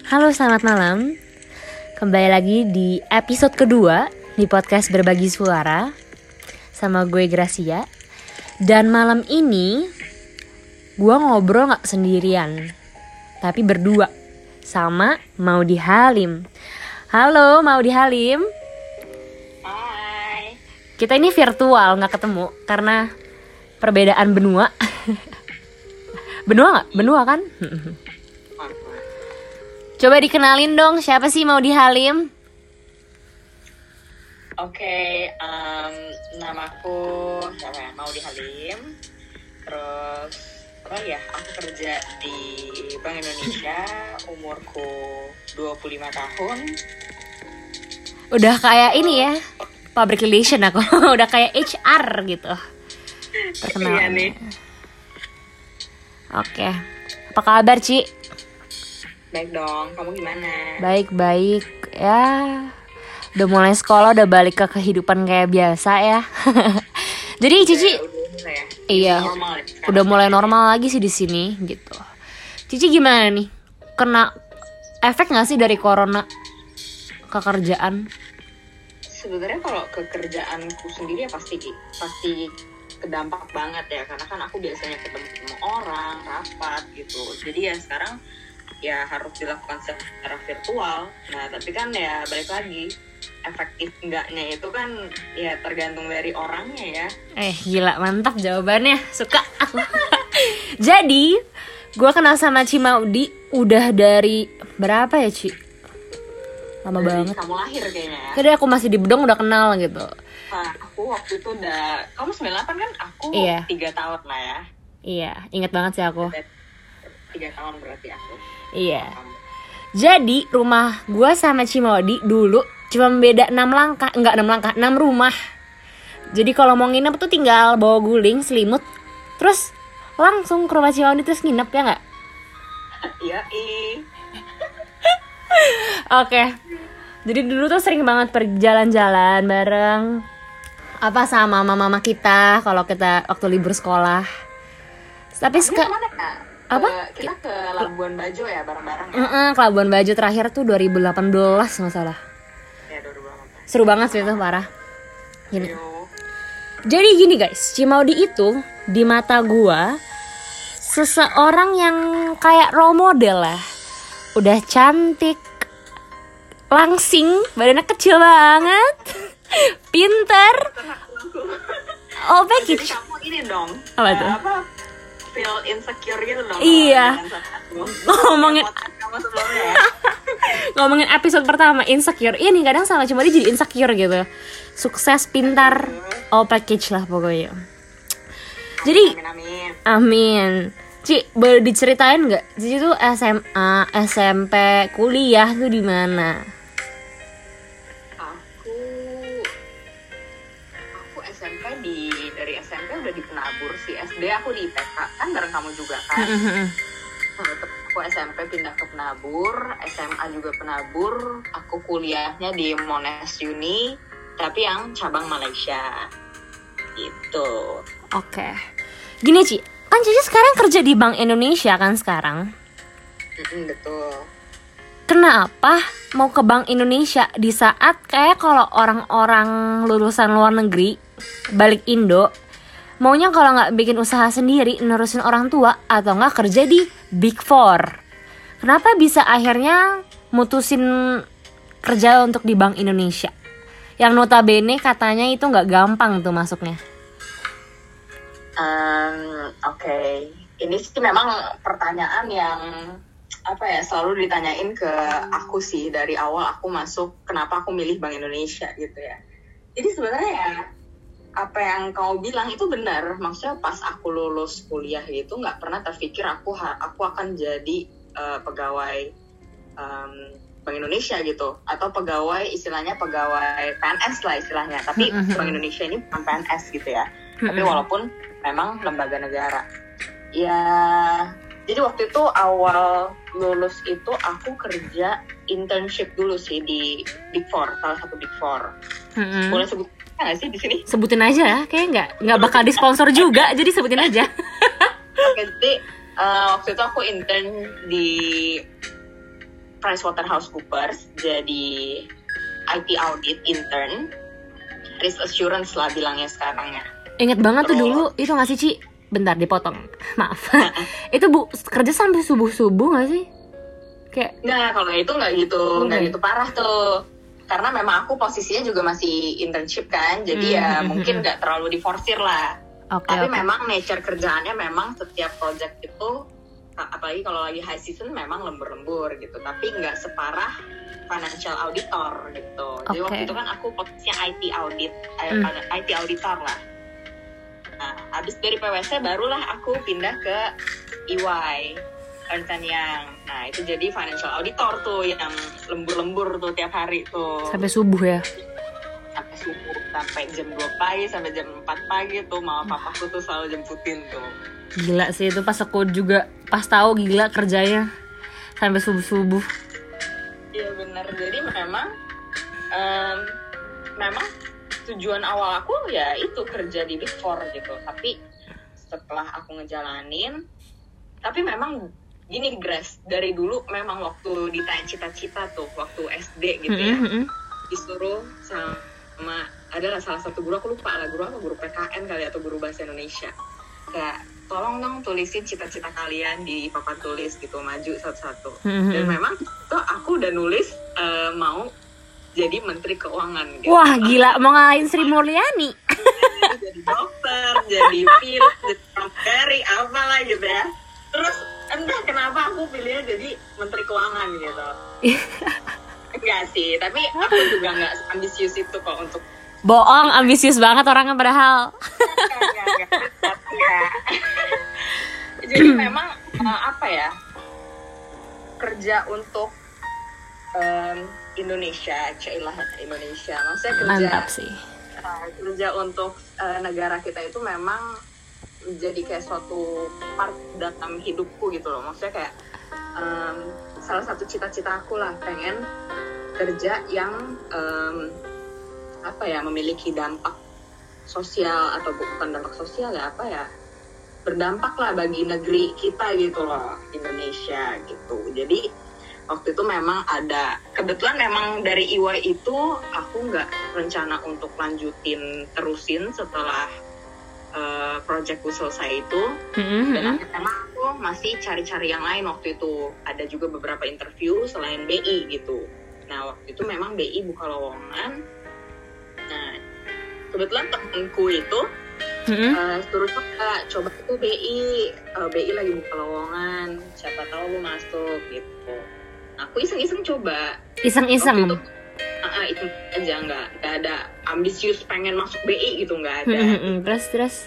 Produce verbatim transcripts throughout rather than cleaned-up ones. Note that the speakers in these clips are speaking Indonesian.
Halo, selamat malam. Kembali lagi di episode kedua di podcast Berbagi Suara sama gue Gracia. Dan malam ini gue ngobrol gak sendirian, tapi berdua sama Maudy Halim. Halo Maudy Halim. Hai. Kita ini virtual, gak ketemu karena perbedaan benua. Benua gak? Benua kan? Coba dikenalin dong, siapa sih Maudy Halim? Oke, okay, um, namaku siapa ya? Maudy Halim. Terus, apa ya? Aku kerja di Bank Indonesia. Umurku dua puluh lima tahun. Udah kayak ini ya, public relation aku. Udah kayak H R gitu. Terkenal. Iya nih. Oke, apa kabar Ci? Baik dong, kamu gimana? Baik-baik ya. Udah mulai sekolah, udah balik ke kehidupan kayak biasa ya. Jadi Cici, udah, udah ya? iya, normal, ya, udah mulai normal lagi sih di sini gitu. Cici gimana nih? Kena efek nggak sih dari corona ke kerjaan? Sebenarnya kalau ke kerjaanku sendiri ya pasti pasti kedampak banget ya, karena kan aku biasanya ketemu ketemu orang, rapat gitu. Jadi ya sekarang ya harus dilakukan secara virtual. Nah tapi kan ya balik lagi, efektif enggaknya itu kan ya tergantung dari orangnya ya. Eh gila, mantap jawabannya, suka aku. Jadi gue kenal sama Ci Maudy udah dari berapa ya Ci? Lama dari banget. Kamu lahir kayaknya ya. Jadi aku masih di Bedong udah kenal gitu. Nah aku waktu itu udah, kamu sembilan puluh delapan kan, aku Iya. tiga tahun lah ya. Iya, ingat banget sih aku. tiga tahun berarti aku. Iya. Jadi rumah gue sama Ci Maudy dulu cuma beda enam langkah, enggak enam langkah, enam rumah. Jadi kalau mau nginep tuh tinggal bawa guling, selimut, terus langsung ke rumah Ci Maudy terus nginep ya nggak? Iya ih. Oke. Jadi dulu tuh sering banget pergi jalan-jalan bareng apa sama mama-mama kita kalau kita waktu libur sekolah. Tapi sekarang apa? Ke, kita ke Labuan Bajo ya bareng-bareng ya? Mm-mm, ke Labuan Bajo terakhir tuh dua ribu delapan belas nggak salah. Ya dua ribu delapan belas. Seru banget sih itu, parah. Gini. Yo. Jadi gini guys, Ci Maudy itu di mata gua seseorang yang kayak role model lah. Udah cantik, langsing, badannya kecil banget, pinter. Oh package. Jadi kamu ini dong. Apa eh, tuh? Apa? Feel insecure gitu dong. Iya. Ngomongin kamu sebelumnya ya. ngomongin episode pertama insecure. Iya nih kadang sama Ci Maudy jadi insecure gitu. Sukses, pintar, all package lah pokoknya. Jadi Amin amin. amin. Ci, boleh diceritain nggak? Cici tuh S M A, S M P, kuliah tuh di mana? Aku aku S M P di dari S M P udah di Penabur sih. S D aku di I P K kan bareng kamu juga kan. Nah, aku S M P pindah ke Penabur, S M A juga Penabur. Aku kuliahnya di Monash Uni, tapi yang cabang Malaysia. Gitu. Oke. Gini Ci, kan Cici sekarang kerja di Bank Indonesia kan sekarang. Mm-mm, betul. Kenapa mau ke Bank Indonesia di saat kayak kalau orang-orang lulusan luar negeri balik Indo maunya kalau nggak bikin usaha sendiri nerusin orang tua atau nggak kerja di Big Four. Kenapa bisa akhirnya mutusin kerja untuk di Bank Indonesia? Yang notabene katanya itu nggak gampang tuh masuknya. Um, Oke, okay. Ini sih memang pertanyaan yang apa ya selalu ditanyain ke aku sih dari awal aku masuk. Kenapa aku milih Bank Indonesia gitu ya? Jadi sebenarnya ya apa yang kau bilang itu benar. Maksudnya pas aku lulus kuliah gitu nggak pernah terpikir aku aku akan jadi uh, pegawai um, Bank Indonesia gitu, atau pegawai istilahnya pegawai P N S lah istilahnya. Tapi Bank Indonesia ini bukan P N S gitu ya. Tapi walaupun memang lembaga negara. Ya, jadi waktu itu awal lulus itu aku kerja internship dulu sih di Big Four, salah satu Big Four. Mm-hmm. Boleh sebut nggak sih di sini? Sebutin aja ya, kayak nggak nggak bakal disponsor juga, jadi sebutin aja. Oke, jadi uh, waktu itu aku intern di P PricewaterhouseCoopers jadi I T audit intern, risk assurance lah bilangnya sekarang ya. Ingat banget tuh dulu, itu nggak sih Ci? Bentar dipotong, maaf. Itu bu kerja sampai subuh subuh nggak sih? Kayak nggak, kalau itu nggak gitu, nggak okay. gitu parah tuh. Karena memang aku posisinya juga masih internship kan, jadi ya Mm-hmm. mungkin nggak terlalu diforsir lah. Okay, Tapi okay. memang nature kerjaannya memang setiap project itu, apalagi kalau lagi high season memang lembur-lembur gitu. Tapi nggak separah financial auditor gitu. Jadi Okay. waktu itu kan aku posisinya I T audit, Mm. I T auditor lah. Nah, habis dari P W C barulah aku pindah ke E Y, Ernst and Young. Nah, itu jadi financial auditor tuh yang lembur-lembur tuh tiap hari tuh. Sampai subuh ya? Sampai subuh, sampai jam dua pagi, sampai jam empat pagi tuh. Mama papaku tuh selalu jemputin tuh. Gila sih itu, pas aku juga pas tahu gila kerjanya sampai subuh-subuh. Iya benar. Jadi memang um, memang tujuan awal aku ya itu kerja di Big Four gitu. Tapi setelah aku ngejalanin, tapi memang gini Grace, dari dulu memang waktu ditanya cita-cita tuh waktu S D gitu ya, Mm-hmm. disuruh sama adalah salah satu guru, aku lupa lah guru apa, guru P K N kali atau guru bahasa Indonesia, kayak tolong dong tulisin cita-cita kalian di papan tulis gitu, maju satu-satu. Mm-hmm. Dan memang tuh aku udah nulis uh, mau jadi menteri keuangan gitu. Wah gila, mau ngalahin Sri Mulyani. Jadi dokter, jadi pilot, jadi pramugari, apalah gitu ya. Terus entah kenapa aku pilihnya jadi menteri keuangan gitu. Enggak sih, tapi aku juga nggak ambisius itu kok untuk. Bohong, ambisius banget orangnya padahal. Enggak, enggak, enggak. Ya. Jadi memang uh, apa ya, kerja untuk um, Indonesia, cailah Indonesia. Maksudnya kerja, Mantap sih. uh, kerja untuk uh, negara kita itu memang menjadi kayak suatu part dalam hidupku gitu loh. Maksudnya kayak um, salah satu cita-cita aku lah, pengen kerja yang um, apa ya, memiliki dampak sosial, atau bukan dampak sosial ya, apa ya, berdampak lah bagi negeri kita gitu loh, Indonesia gitu. Jadi waktu itu memang ada, kebetulan memang dari E Y itu aku nggak rencana untuk lanjutin terusin setelah uh, projectku selesai itu. Mm-hmm. Dan akhirnya aku masih cari-cari yang lain waktu itu. Ada juga beberapa interview selain B I gitu. Nah waktu itu memang B I buka lowongan. Nah kebetulan temanku itu Mm-hmm. uh, suruh coba, coba itu B I, uh, B I lagi buka lowongan, siapa tahu lu masuk gitu. Aku iseng-iseng coba. Iseng-iseng. Waktu itu, uh, itu aja, nggak nggak ada ambisius pengen masuk B I gitu, nggak ada. Mm-hmm. Terus terus.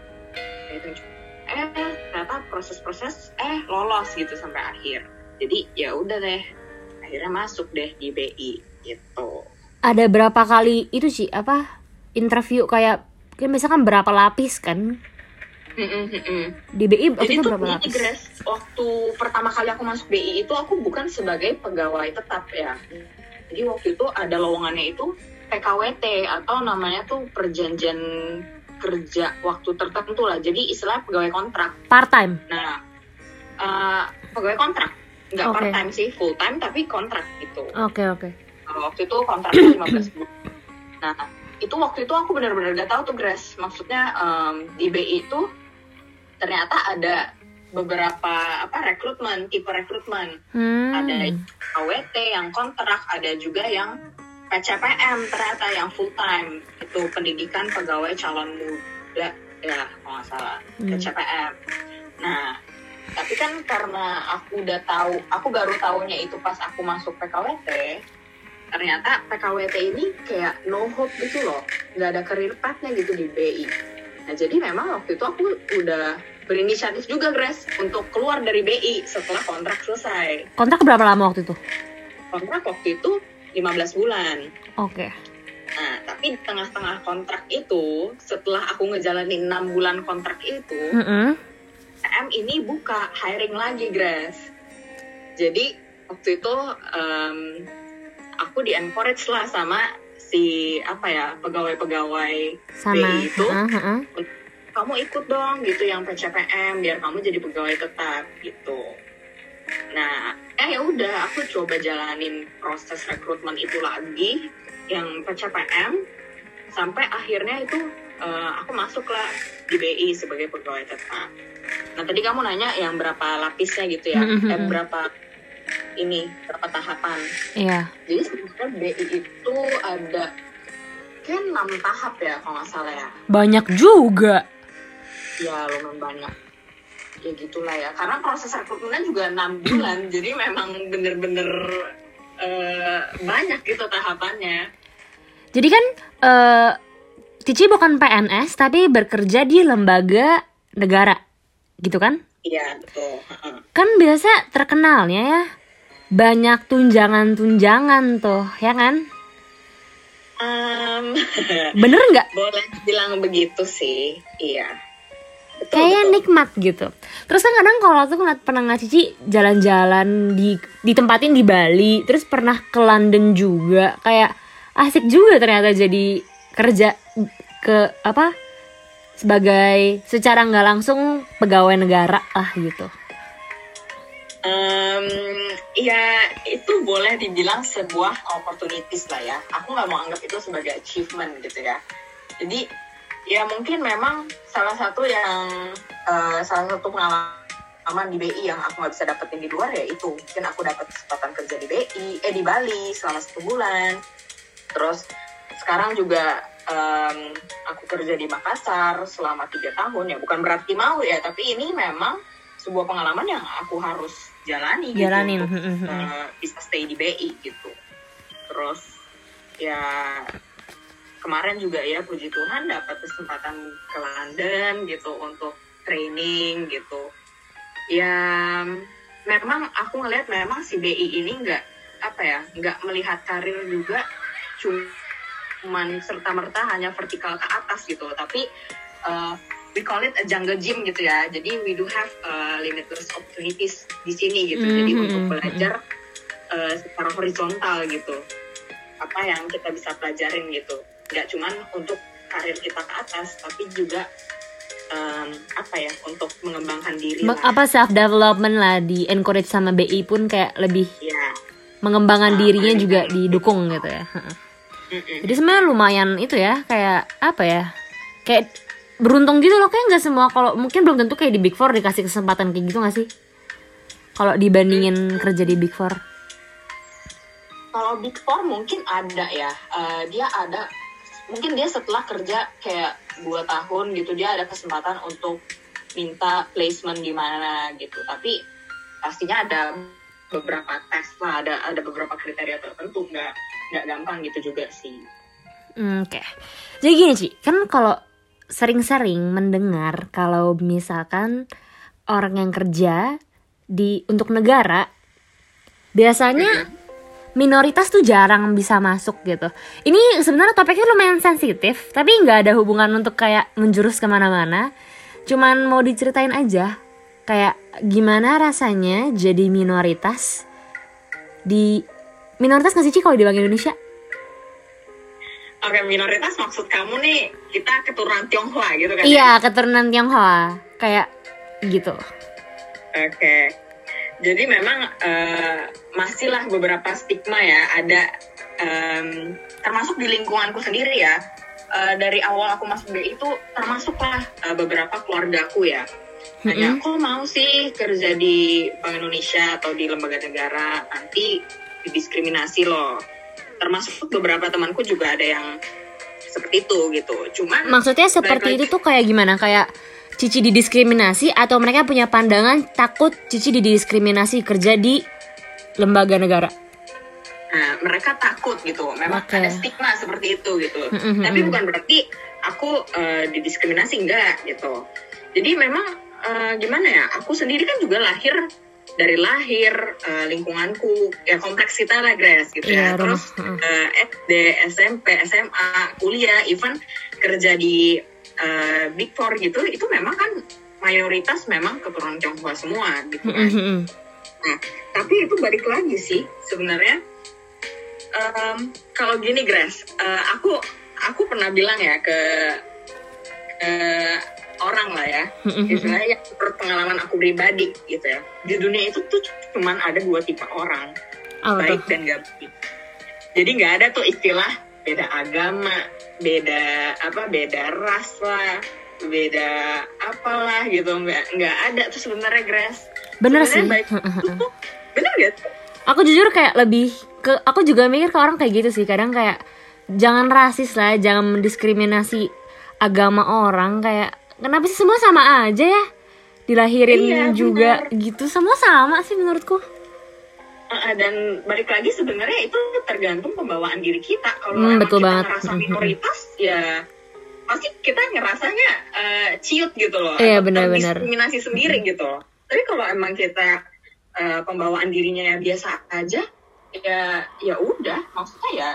Eh ternyata proses-proses eh lolos gitu sampai akhir. Jadi ya udah deh, akhirnya masuk deh di B I gitu. Ada berapa kali itu sih apa interview kayak kan misalkan berapa lapis kan? Mm-mm-mm. Di B I waktu Jadi itu tuh berapa ini lapis? Grace, waktu pertama kali aku masuk B I itu aku bukan sebagai pegawai tetap ya. Jadi waktu itu ada lowongannya itu P K W T atau namanya tuh perjanjian kerja waktu tertentu lah. Jadi istilah pegawai kontrak. Part time. Nah, uh, pegawai kontrak, nggak Okay. part time sih, full time tapi kontrak gitu. Oke okay, oke. Okay. Nah, waktu itu kontraknya lima belas bulan. Nah, itu waktu itu aku benar-benar gak tahu tuh Grace. Maksudnya um, di B I itu ternyata ada beberapa apa rekrutmen, tipe rekrutmen. Hmm. Ada K W T yang kontrak, ada juga yang P C P M ternyata yang full time. Itu pendidikan pegawai calon muda ya kalau nggak salah, Hmm. P C P M. Nah, tapi kan karena aku udah tahu, aku baru tahunya itu pas aku masuk P K W T. Ternyata P K W T ini kayak no hope gitu loh, nggak ada career path-nya gitu di B I. Nah jadi memang waktu itu aku udah berinisiatif juga Grace untuk keluar dari B I setelah kontrak selesai. Kontrak berapa lama waktu itu? Kontrak waktu itu lima belas bulan. Oke. Okay. Nah tapi di tengah-tengah kontrak itu, setelah aku ngejalanin enam bulan kontrak itu, Mm-hmm. P M ini buka hiring lagi Grace. Jadi waktu itu um, aku di encourage lah sama si apa ya, pegawai-pegawai Sama. B I itu, Uh, uh, uh. kamu ikut dong gitu yang P C P M biar kamu jadi pegawai tetap gitu. Nah eh ya udah aku coba jalanin proses rekrutmen itu lagi yang P C P M sampai akhirnya itu uh, aku masuklah di B I sebagai pegawai tetap. Nah tadi kamu nanya yang berapa lapisnya gitu ya, Mm-hmm. eh, berapa ini berapa tahapan? Iya. Jadi sebenarnya B I itu ada kan enam tahap ya kalau nggak salah ya. Banyak juga. Ya lumayan banyak. Ya gitulah ya. Karena proses rekrutmennya juga enam bulan, jadi memang bener-bener uh, banyak gitu tahapannya. Jadi kan uh, Cici bukan P N S tapi bekerja di lembaga negara, gitu kan? Iya betul. Kan biasa terkenalnya ya banyak tunjangan-tunjangan tuh, ya kan? Um, Bener nggak? Boleh bilang begitu sih, iya. Betul, Kayak betul. nikmat gitu. Terus kan kadang kalau tuh ngeliat pernah nggak Cici jalan-jalan di ditempatin di Bali, terus pernah ke London juga, kayak asik juga ternyata jadi kerja ke apa sebagai secara nggak langsung pegawai negara lah gitu. Um, ya itu boleh dibilang sebuah opportunities lah ya. Aku nggak mau anggap itu sebagai achievement gitu ya. Jadi ya mungkin memang salah satu yang uh, salah satu pengalaman di B I yang aku nggak bisa dapetin di luar ya itu. Mungkin aku dapat kesempatan kerja di B I, eh di Bali selama satu bulan. Terus sekarang juga um, aku kerja di Makassar selama tiga tahun ya. Bukan berarti mau ya, tapi ini memang sebuah pengalaman yang aku harus jalani Jalanin. gitu untuk uh, bisa stay di B I gitu. Terus ya kemarin juga ya puji Tuhan dapat kesempatan ke London gitu untuk training gitu. Ya memang aku ngelihat memang si B I ini nggak apa ya nggak melihat karir juga cuman serta-merta hanya vertikal ke atas gitu, tapi uh, we call it a jungle gym gitu ya. Jadi we do have uh, limitless opportunities di sini gitu. Mm-hmm. Jadi untuk belajar uh, secara horizontal gitu. Apa yang kita bisa pelajarin gitu. Gak cuman untuk karir kita ke atas, tapi juga um, apa ya untuk mengembangkan diri. Lah. Apa self development lah di encourage sama B I pun kayak lebih ya. Mengembangkan uh, dirinya juga itu. didukung gitu ya. Jadi sebenarnya lumayan itu ya kayak apa ya kayak beruntung gitu loh, kayak nggak semua, kalau mungkin belum tentu kayak di Big Four dikasih kesempatan kayak gitu nggak sih kalau dibandingin kerja di Big Four? Kalau Big Four mungkin ada ya, uh, dia ada mungkin dia setelah kerja kayak dua tahun gitu dia ada kesempatan untuk minta placement di mana gitu, tapi pastinya ada beberapa tes lah, ada ada beberapa kriteria tertentu, nggak nggak gampang gitu juga sih. Hmm, Oke, okay. Jadi gini Ci, kan kalau sering-sering mendengar kalau misalkan orang yang kerja di untuk negara biasanya minoritas tuh jarang bisa masuk gitu. Ini sebenarnya topiknya lumayan sensitif, tapi nggak ada hubungan untuk kayak menjurus kemana-mana. Cuman mau diceritain aja kayak gimana rasanya jadi minoritas di minoritas nggak sih Ci kalau di Bank Indonesia? Oke, minoritas maksud kamu nih kita keturunan Tionghoa gitu kan? Iya, keturunan Tionghoa kayak gitu. Oke, jadi memang uh, masihlah beberapa stigma ya ada, um, termasuk di lingkunganku sendiri ya. Uh, dari awal aku masuk B I itu termasuklah uh, beberapa keluargaku ya. Hanya mm-hmm. kok mau sih kerja di Bank Indonesia atau di lembaga negara, nanti didiskriminasi loh. Termasuk beberapa temanku juga ada yang seperti itu gitu. Cuman maksudnya seperti itu tuh kayak gimana? Kayak Cici didiskriminasi atau mereka punya pandangan takut Cici didiskriminasi kerja di lembaga negara? Nah, mereka takut gitu. Memang okay. ada stigma seperti itu gitu. Mm-hmm. Tapi bukan berarti aku uh, didiskriminasi, enggak gitu. Jadi memang uh, gimana ya? Aku sendiri kan juga lahir dari lahir uh, lingkunganku ya kompleks kita lah Grace gitu ya, ya. Terus uh, S D, S M P, S M A, kuliah, even kerja di uh, Big Four gitu, itu memang kan mayoritas memang keturunan Tionghoa semua gitu kan. Mm-hmm. Nah, tapi itu balik lagi sih sebenarnya um, kalau gini Grace, uh, aku aku pernah bilang ya ke uh, orang lah ya, istilahnya menurut pengalaman aku pribadi gitu ya, di dunia itu tuh cuman ada dua tipe orang, oh, baik tuh. dan gak baik. Jadi nggak ada tuh istilah beda agama, beda apa, beda ras lah, beda apalah gitu, nggak nggak ada tuh sebenarnya, Grace. Bener sebenarnya sih. Baik itu, bener gak? Aku jujur kayak lebih ke, aku juga mikir ke orang kayak gitu sih. Kadang kayak jangan rasis lah, jangan mendiskriminasi agama orang. Kayak kenapa sih semua sama aja ya? Dilahirin iya, juga bener. gitu, semua sama sih menurutku. Uh, dan balik lagi sebenarnya itu tergantung pembawaan diri kita. Kalau Hmm, emang betul kita banget. ngerasa minoritas, ya pasti kita ngerasanya uh, ciut gitu loh, Iya, atau benar-benar. terdiskriminasi sendiri gitu loh. Tapi kalau emang kita uh, pembawaan dirinya biasa aja, ya ya udah, maksudnya ya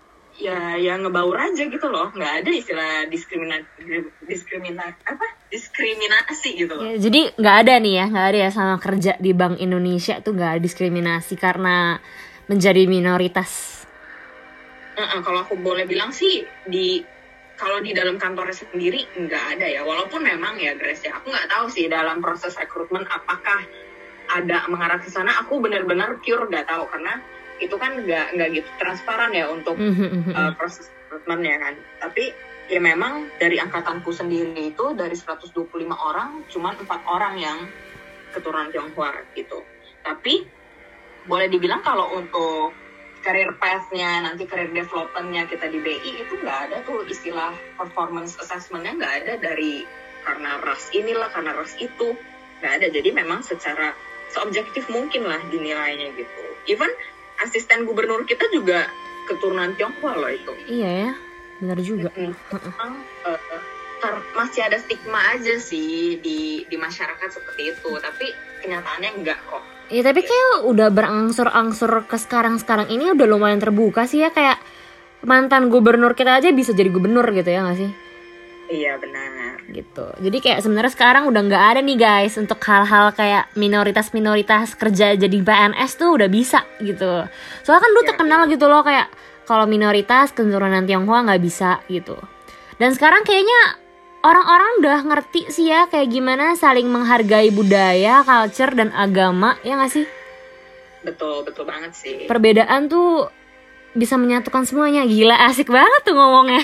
ya ya ngebaur aja gitu loh, nggak ada istilah diskriminasi diskriminasi apa diskriminasi gitu loh. Ya, jadi nggak ada nih ya, nggak ada ya sama kerja di Bank Indonesia tuh nggak ada diskriminasi karena menjadi minoritas. Uh-uh, kalau aku boleh bilang sih, di kalau di dalam kantornya sendiri nggak ada ya, walaupun memang ya Grace ya, aku nggak tahu sih dalam proses rekrutmen apakah ada mengarah ke sana. Aku benar-benar pure nggak tahu karena itu kan nggak nggak gitu transparan ya untuk uh, proses rekrutmennya kan. Tapi ya memang dari angkatanku sendiri itu dari seratus dua puluh lima orang cuman empat orang yang keturunan Tionghoa gitu. Tapi boleh dibilang kalau untuk career path-nya, nanti career development-nya kita di B I itu nggak ada tuh istilah performance assessment-nya, nggak ada dari karena ras inilah, karena ras itu, nggak ada. Jadi memang secara seobjektif mungkin lah dinilainya gitu. Even asisten gubernur kita juga keturunan Tionghoa loh itu. Iya ya, benar juga. Hmm. Memang uh, uh, masih ada stigma aja sih di di masyarakat seperti itu, tapi kenyataannya enggak kok. Iya, tapi kayak udah berangsur-angsur ke sekarang-sekarang ini udah lumayan terbuka sih ya, kayak mantan gubernur kita aja bisa jadi gubernur gitu ya nggak sih? Iya benar. Gitu. Jadi kayak sebenarnya sekarang udah nggak ada nih guys untuk hal-hal kayak minoritas-minoritas kerja jadi P N S tuh udah bisa gitu. Soalnya kan dulu Ya, terkenal gitu loh kayak kalau minoritas keturunan Tionghoa nggak bisa gitu. Dan sekarang kayaknya orang-orang udah ngerti sih ya kayak gimana saling menghargai budaya, culture dan agama, ya nggak sih? Betul, betul banget sih. Perbedaan tuh bisa menyatukan semuanya. Gila, asik banget tuh ngomongnya.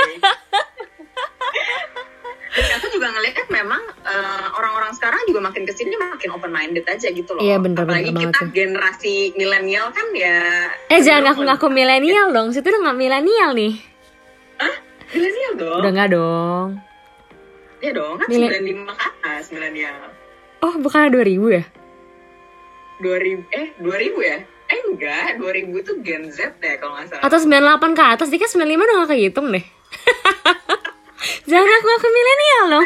Dan aku juga ngelihat memang uh, orang-orang sekarang juga makin kesini makin open minded aja gitu loh. Iya, bener, apalagi bener kita banget sih. generasi milenial kan ya. Eh jangan ngaku-ngaku milenial dong, situ udah nggak milenial nih. Hah? Milenial dong? Udah nggak dong. Iya dong, kan Mile- sembilan puluh lima ke atas milenial. Oh bukan dua ribu ya? dua ribu eh dua ribu ya? Eh enggak, dua ribu itu Gen Z deh kalau nggak salah. Atau sembilan puluh delapan ke atas, dia kan sembilan puluh lima udah gak kehitung deh. Jangan ngaku-ngaku milenial dong.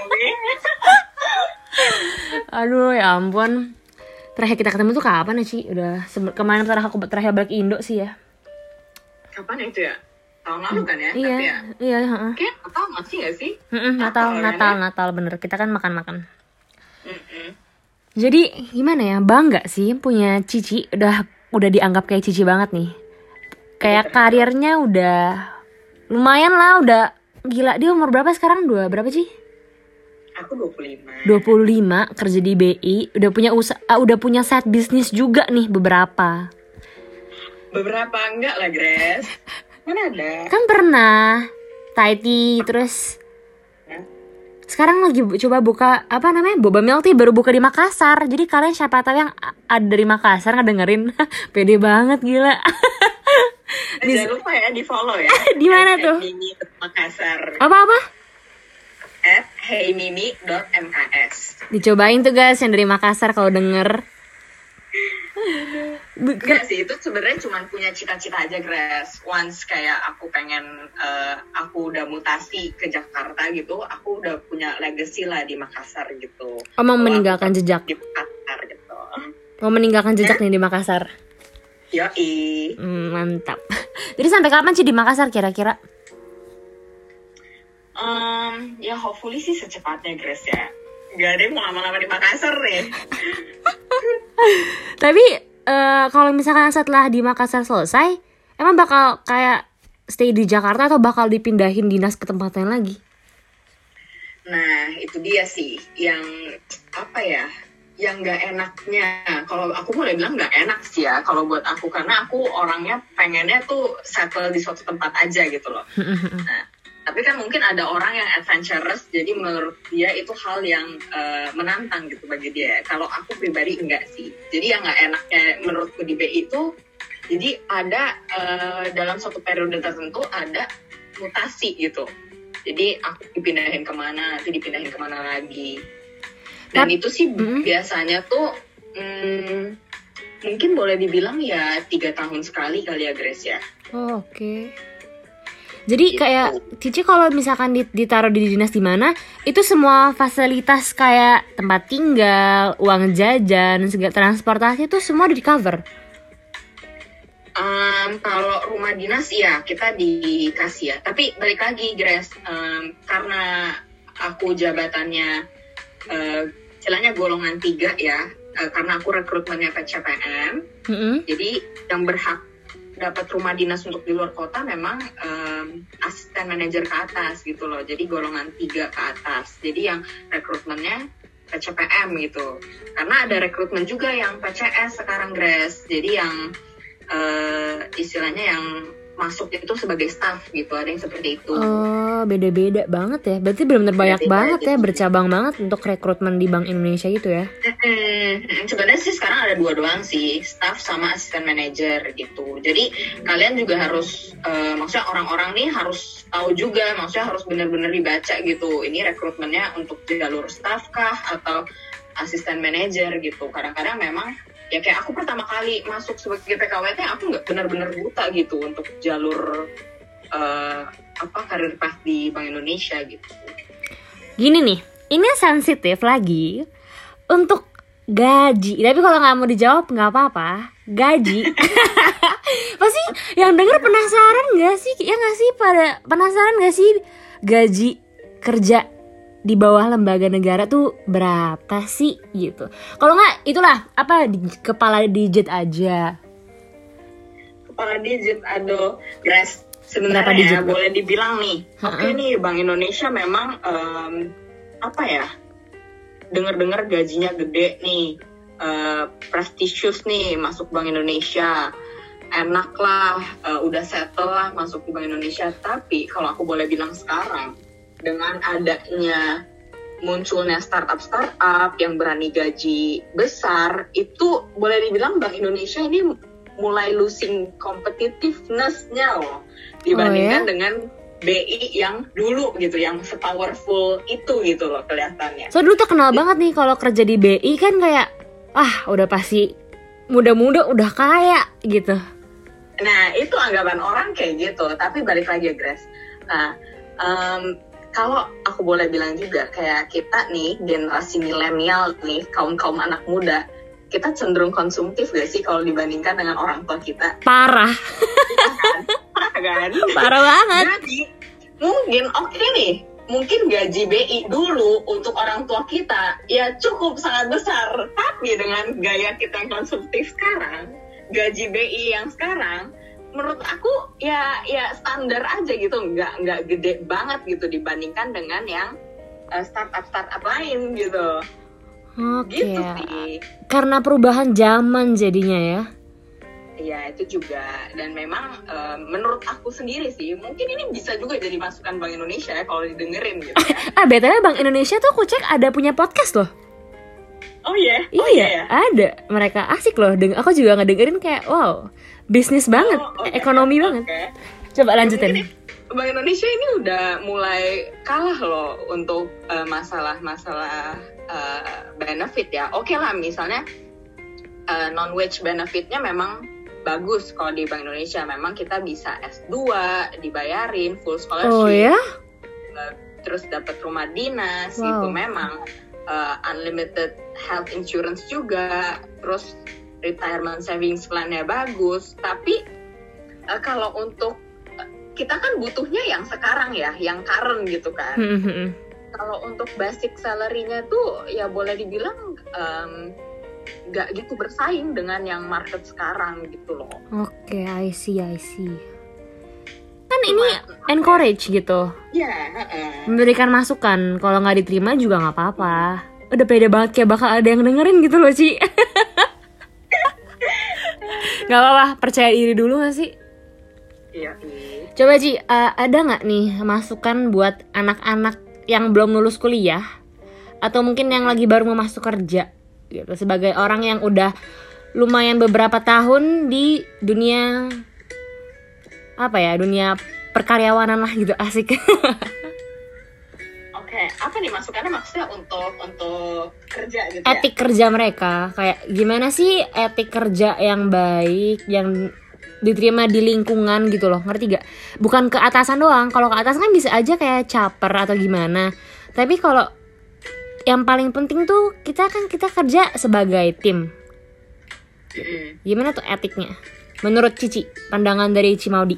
Aduh ya ampun. Terakhir kita ketemu tuh kapan ya Ci? Udah se- kemarin terakhir aku terakhir balik Indo sih ya. Kapan itu ya? Tahun lalu kan ya? Iya, Tapi ya, iya, heeh. kayak Natal masih nggak sih? Mm-mm, Natal, Natal, Natal, kan ya? Natal bener. Kita kan makan-makan. Mm-mm. Jadi gimana ya, bangga sih punya Cici. Udah udah dianggap kayak Cici banget nih. Kayak karirnya udah lumayan lah, udah gila. Dia umur berapa sekarang? Dua berapa sih? Aku dua puluh lima. dua puluh lima, kerja di B I, udah punya usaha, udah punya side bisnis juga nih beberapa. Beberapa enggak lah, Grace. Mana ada? Kan pernah Thai tea, terus sekarang lagi bu- coba buka apa namanya boba milk tea, baru buka di Makassar. Jadi kalian siapa tahu yang a- ada dari Makassar ngedengerin, pede banget gila. Eh, jangan lupa ya di follow ya. Di mana At tuh? Mimi Makassar. Apa-apa? At heymimi dot mks. Dicobain tuh guys yang dari Makassar kalau denger. Bu- Enggak sih, itu sebenarnya cuma punya cita-cita aja, Grace. Once kayak aku pengen, uh, aku udah mutasi ke Jakarta gitu, aku udah punya legacy lah di Makassar gitu. Oh, mau Kalau meninggalkan aku jejak. di Makassar gitu. Mau meninggalkan jejak nih di Makassar. Yoi. Hmm, mantap. Jadi sampai kapan sih di Makassar kira-kira? Um, ya hopefully sih secepatnya, Grace ya. Gak ada yang mau lama-lama di Makassar nih. Tapi eh, kalau misalkan setelah di Makassar selesai, emang bakal kayak stay di Jakarta atau bakal dipindahin dinas ke tempat lain lagi? Nah, itu dia sih yang apa ya, yang nggak enaknya. Kalau aku boleh bilang nggak enak sih ya kalau buat aku, karena aku orangnya pengennya tuh settle di suatu tempat aja gitu loh. Nah, tapi kan mungkin ada orang yang adventurous, jadi menurut dia itu hal yang uh, menantang gitu bagi dia. Kalau aku pribadi enggak sih. Jadi yang nggak enaknya menurutku di B I itu, jadi ada uh, dalam suatu periode tertentu ada mutasi gitu. Jadi aku dipindahin kemana, nanti dipindahin kemana lagi. Dan Tap, itu sih mm-hmm. biasanya tuh hmm, mungkin boleh dibilang ya tiga tahun sekali kali ya Grace ya. Oh, oke. Okay. Jadi gitu. Kayak Cici kalau misalkan ditaruh di dinas di mana, itu semua fasilitas kayak tempat tinggal, uang jajan, segala transportasi itu semua di cover. Um, kalau rumah dinas ya kita dikasih ya, tapi balik lagi Grace, um, karena aku jabatannya uh, istilahnya golongan tiga ya, uh, karena aku rekrutmennya P C P M, mm-hmm. jadi yang berhak dapat rumah dinas untuk di luar kota memang um, asisten manajer ke atas gitu loh, jadi golongan tiga ke atas, jadi yang rekrutmennya P C P M gitu, karena ada rekrutmen juga yang P C S sekarang Grace, jadi yang Uh, istilahnya yang masuk itu sebagai staff gitu, ada yang seperti itu. Oh, beda-beda banget ya. Berarti benar-benar banyak banget gitu. Ya, bercabang banget untuk rekrutmen di Bank Indonesia gitu ya. Hmm, sebenarnya sih sekarang ada dua doang sih, staff sama asisten manajer gitu. Jadi kalian juga harus, uh, maksudnya orang-orang nih harus tahu juga, maksudnya harus benar-benar dibaca gitu. Ini rekrutmennya untuk jalur staff kah atau asisten manajer gitu. Kadang-kadang memang ya kayak aku pertama kali masuk sebagai P K W T, aku nggak benar-benar buta gitu untuk jalur uh, apa karir path di Bank Indonesia gitu. Gini nih, ini sensitif lagi untuk gaji. Tapi kalau nggak mau dijawab nggak apa-apa. Gaji, pasti yang denger penasaran nggak sih? Ya nggak sih, pada penasaran nggak sih gaji kerja di bawah lembaga negara tuh berapa sih gitu. Kalau nggak itulah apa di, kepala digit aja. Kepala digit, aduh Grace, sebenarnya boleh dibilang nih, oke okay nih Bank Indonesia memang um, apa ya, dengar-dengar gajinya gede nih, uh, prestisius nih masuk Bank Indonesia, enak lah, uh, udah settle lah masuk di Bank Indonesia. Tapi kalau aku boleh bilang sekarang, dengan adanya munculnya startup-startup yang berani gaji besar, itu boleh dibilang Bank Indonesia ini mulai losing competitiveness-nya loh, dibandingkan oh, ya? Dengan B I yang dulu gitu, yang sepowerful itu gitu loh kelihatannya. So dulu terkenal Jadi, banget nih kalau kerja di B I kan kayak, ah udah pasti muda-muda udah kaya gitu. Nah itu anggapan orang kayak gitu, tapi balik lagi ya Grace. Nah, um, kalau aku boleh bilang juga, kayak kita nih, generasi milenial nih, kaum-kaum anak muda, kita cenderung konsumtif gak sih kalau dibandingkan dengan orang tua kita? Parah. Parah kan? Parah banget. Jadi, mungkin oke okay nih, mungkin gaji B I dulu untuk orang tua kita, ya cukup sangat besar. Tapi dengan gaya kita yang konsumtif sekarang, gaji B I yang sekarang, menurut aku ya ya standar aja gitu, nggak nggak gede banget gitu dibandingkan dengan yang uh, startup startup lain gitu. Oke. Gitu sih. Karena perubahan zaman jadinya ya. Iya itu juga, dan memang uh, menurut aku sendiri sih mungkin ini bisa juga jadi masukan Bank Indonesia ya kalau didengerin gitu ya. Ah B T W Bank Indonesia tuh aku cek ada punya podcast loh. Oh iya, yeah? oh, iya, iya ada. Mereka asik loh. Deng- aku juga ngedengerin kayak wow, bisnis banget, oh, okay, ekonomi okay. banget. Coba lanjutin. Bank Indonesia ini udah mulai kalah loh untuk uh, masalah-masalah uh, benefit ya. Oke okay lah, misalnya uh, non-wage benefitnya memang bagus kalau di Bank Indonesia. Memang kita bisa S dua dibayarin full scholarship. Oh ya? Uh, terus dapat rumah dinas wow. gitu memang. Uh, unlimited health insurance juga, terus retirement savings plan-nya bagus, tapi uh, kalau untuk uh, kita kan butuhnya yang sekarang ya, yang current gitu kan. Mm-hmm. Kalau untuk basic salary-nya tuh ya boleh dibilang nggak um, gitu bersaing dengan yang market sekarang gitu loh. Oke, okay, I see, I see. Kan kan ini encourage gitu. Iya, uh-uh. Memberikan masukan. Kalau nggak diterima juga nggak apa-apa. Udah pede banget kayak bakal ada yang dengerin gitu loh, Ci. Gak apa-apa, percaya diri dulu gak sih? Iya. Coba Ci, uh, ada gak nih masukan buat anak-anak yang belum lulus kuliah, atau mungkin yang lagi baru mau masuk kerja gitu, sebagai orang yang udah lumayan beberapa tahun di dunia apa ya, dunia perkaryawanan lah gitu, asik. Oke, apa nih masukannya, maksudnya untuk untuk kerja gitu ya? Etik kerja mereka, kayak gimana sih etik kerja yang baik, yang diterima di lingkungan gitu loh, ngerti gak? Bukan ke atasan doang, kalau ke atasan kan bisa aja kayak caper atau gimana. Tapi kalau yang paling penting tuh kita kan kita kerja sebagai tim. Gimana tuh etiknya? Menurut Cici, pandangan dari Cimaudi.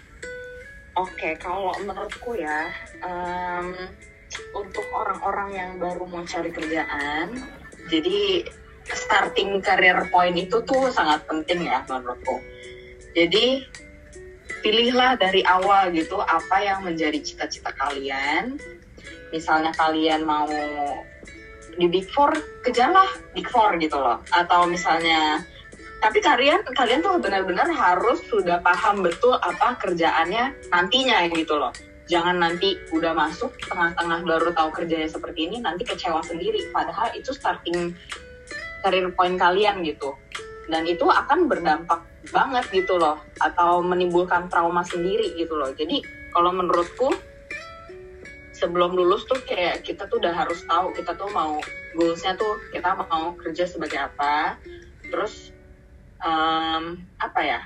Oke, kalau menurutku ya, um, untuk orang-orang yang baru mau cari kerjaan, jadi starting career point itu tuh sangat penting ya menurutku. Jadi pilihlah dari awal gitu apa yang menjadi cita-cita kalian. Misalnya kalian mau di Big Four, kejarlah Big Four gitu loh. Atau misalnya, tapi kalian kalian tuh benar-benar harus sudah paham betul apa kerjaannya nantinya gitu loh. Jangan nanti udah masuk tengah-tengah baru tahu kerjanya seperti ini, nanti kecewa sendiri. Padahal itu starting career point kalian gitu. Dan itu akan berdampak banget gitu loh. Atau menimbulkan trauma sendiri gitu loh. Jadi kalau menurutku, sebelum lulus tuh kayak kita tuh udah harus tahu kita tuh mau, goalsnya tuh kita mau kerja sebagai apa. Terus um, apa ya,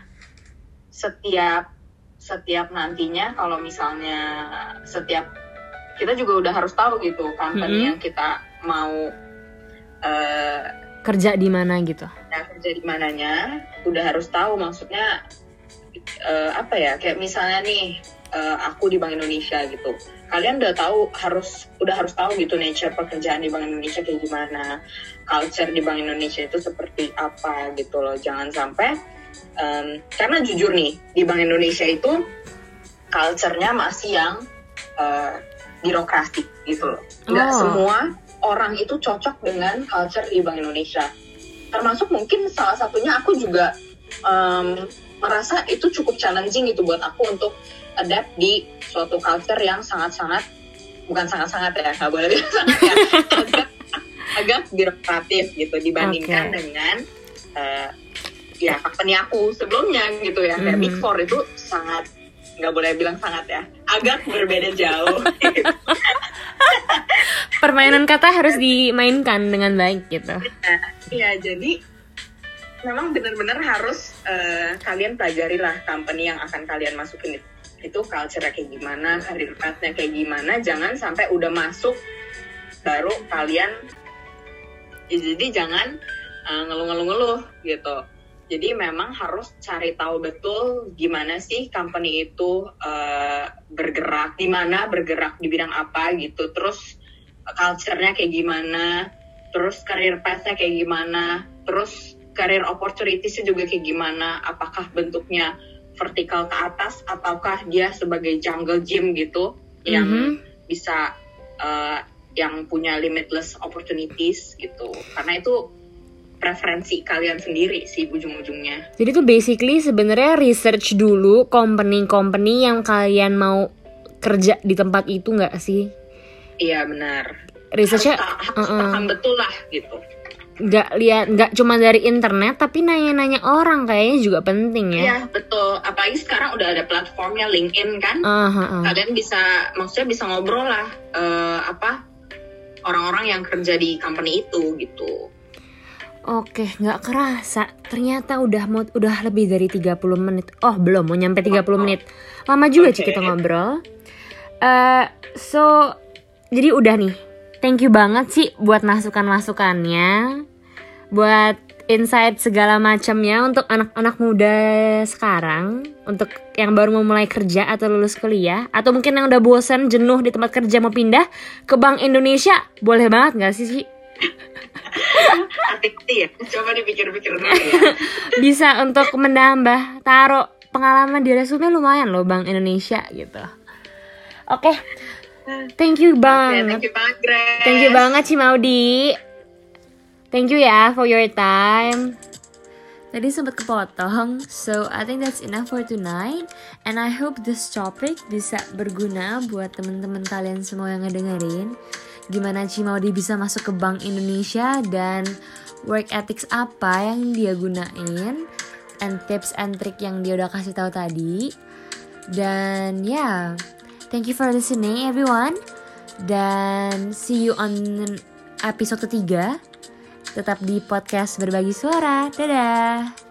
setiap setiap nantinya kalau misalnya setiap kita juga udah harus tahu gitu company mm-hmm. yang kita mau uh, kerja di mana gitu. Ya, kerja di mananya udah harus tahu, maksudnya uh, apa ya, kayak misalnya nih uh, aku di Bank Indonesia gitu. Kalian udah tahu harus udah harus tahu gitu nature pekerjaan di Bank Indonesia kayak gimana, culture di Bank Indonesia itu seperti apa gitu loh. Jangan sampai Um, karena jujur nih di Bank Indonesia itu culture-nya masih yang uh, birokrasi gitu loh. Nggak oh. semua orang itu cocok dengan culture di Bank Indonesia. Termasuk mungkin salah satunya aku juga um, merasa itu cukup challenging gitu buat aku untuk adapt di suatu culture yang sangat-sangat, bukan sangat-sangat ya, nggak boleh bilang sangat ya, agak, agak birokratif gitu dibandingkan okay. dengan uh, ya company aku sebelumnya gitu ya, kayak mm-hmm. Big Four itu sangat, nggak boleh bilang sangat ya, agak berbeda jauh. Permainan kata harus dimainkan dengan baik gitu. Iya, jadi memang benar-benar harus uh, kalian pelajari lah company yang akan kalian masukin itu, itu culture-nya kayak gimana, career path-nya kayak gimana. Jangan sampai udah masuk baru kalian, ya, jadi jangan uh, ngeluh-ngeluh gitu. Jadi memang harus cari tahu betul gimana sih company itu uh, bergerak, di mana bergerak di bidang apa gitu. Terus culture-nya kayak gimana, terus career path-nya kayak gimana, terus career opportunities-nya juga kayak gimana. Apakah bentuknya vertikal ke atas ataukah dia sebagai jungle gym gitu mm-hmm. yang bisa uh, yang punya limitless opportunities gitu. Karena itu preferensi kalian sendiri sih ujung-ujungnya. Jadi tuh basically sebenarnya research dulu company-company yang kalian mau kerja di tempat itu nggak sih? Iya benar. Researchnya harus, harus uh-uh. paham betul lah gitu. Nggak lihat, nggak cuma dari internet, tapi nanya-nanya orang kayaknya juga penting ya. Iya betul. Apalagi sekarang udah ada platformnya LinkedIn kan. Uh-huh. Kalian bisa, maksudnya bisa ngobrol lah uh, apa orang-orang yang kerja di company itu gitu. Oke, nggak kerasa. Ternyata udah mau udah lebih dari tiga puluh menit. Oh, belum mau nyampe tiga puluh menit. Lama juga okay. Ci kita ngobrol. Uh, so, jadi udah nih. Thank you banget sih buat masukan-masukannya. Buat insight segala macamnya untuk anak-anak muda sekarang, untuk yang baru mau mulai kerja atau lulus kuliah, atau mungkin yang udah bosan, jenuh di tempat kerja mau pindah ke Bank Indonesia. Boleh banget nggak sih, Ci? Hati-hati ya, coba dipikir-pikir dulu ya. Bisa untuk menambah, taruh pengalaman di resume lumayan loh Bank Indonesia gitu. Oke, okay. Thank you banget. Okay, thank you banget, Grace. Thank you banget Cimaudi. Thank you ya for your time. Tadi sempat kepotong, so I think that's enough for tonight. And I hope this topic bisa berguna buat teman-teman kalian semua yang ngedengerin. Gimana Cimaudi bisa masuk ke Bank Indonesia dan work ethics apa yang dia gunain, and tips and trick yang dia udah kasih tahu tadi. Dan ya, yeah, thank you for listening everyone. Dan see you on episode ketiga. Tetap di podcast Berbagi Suara. Dadah.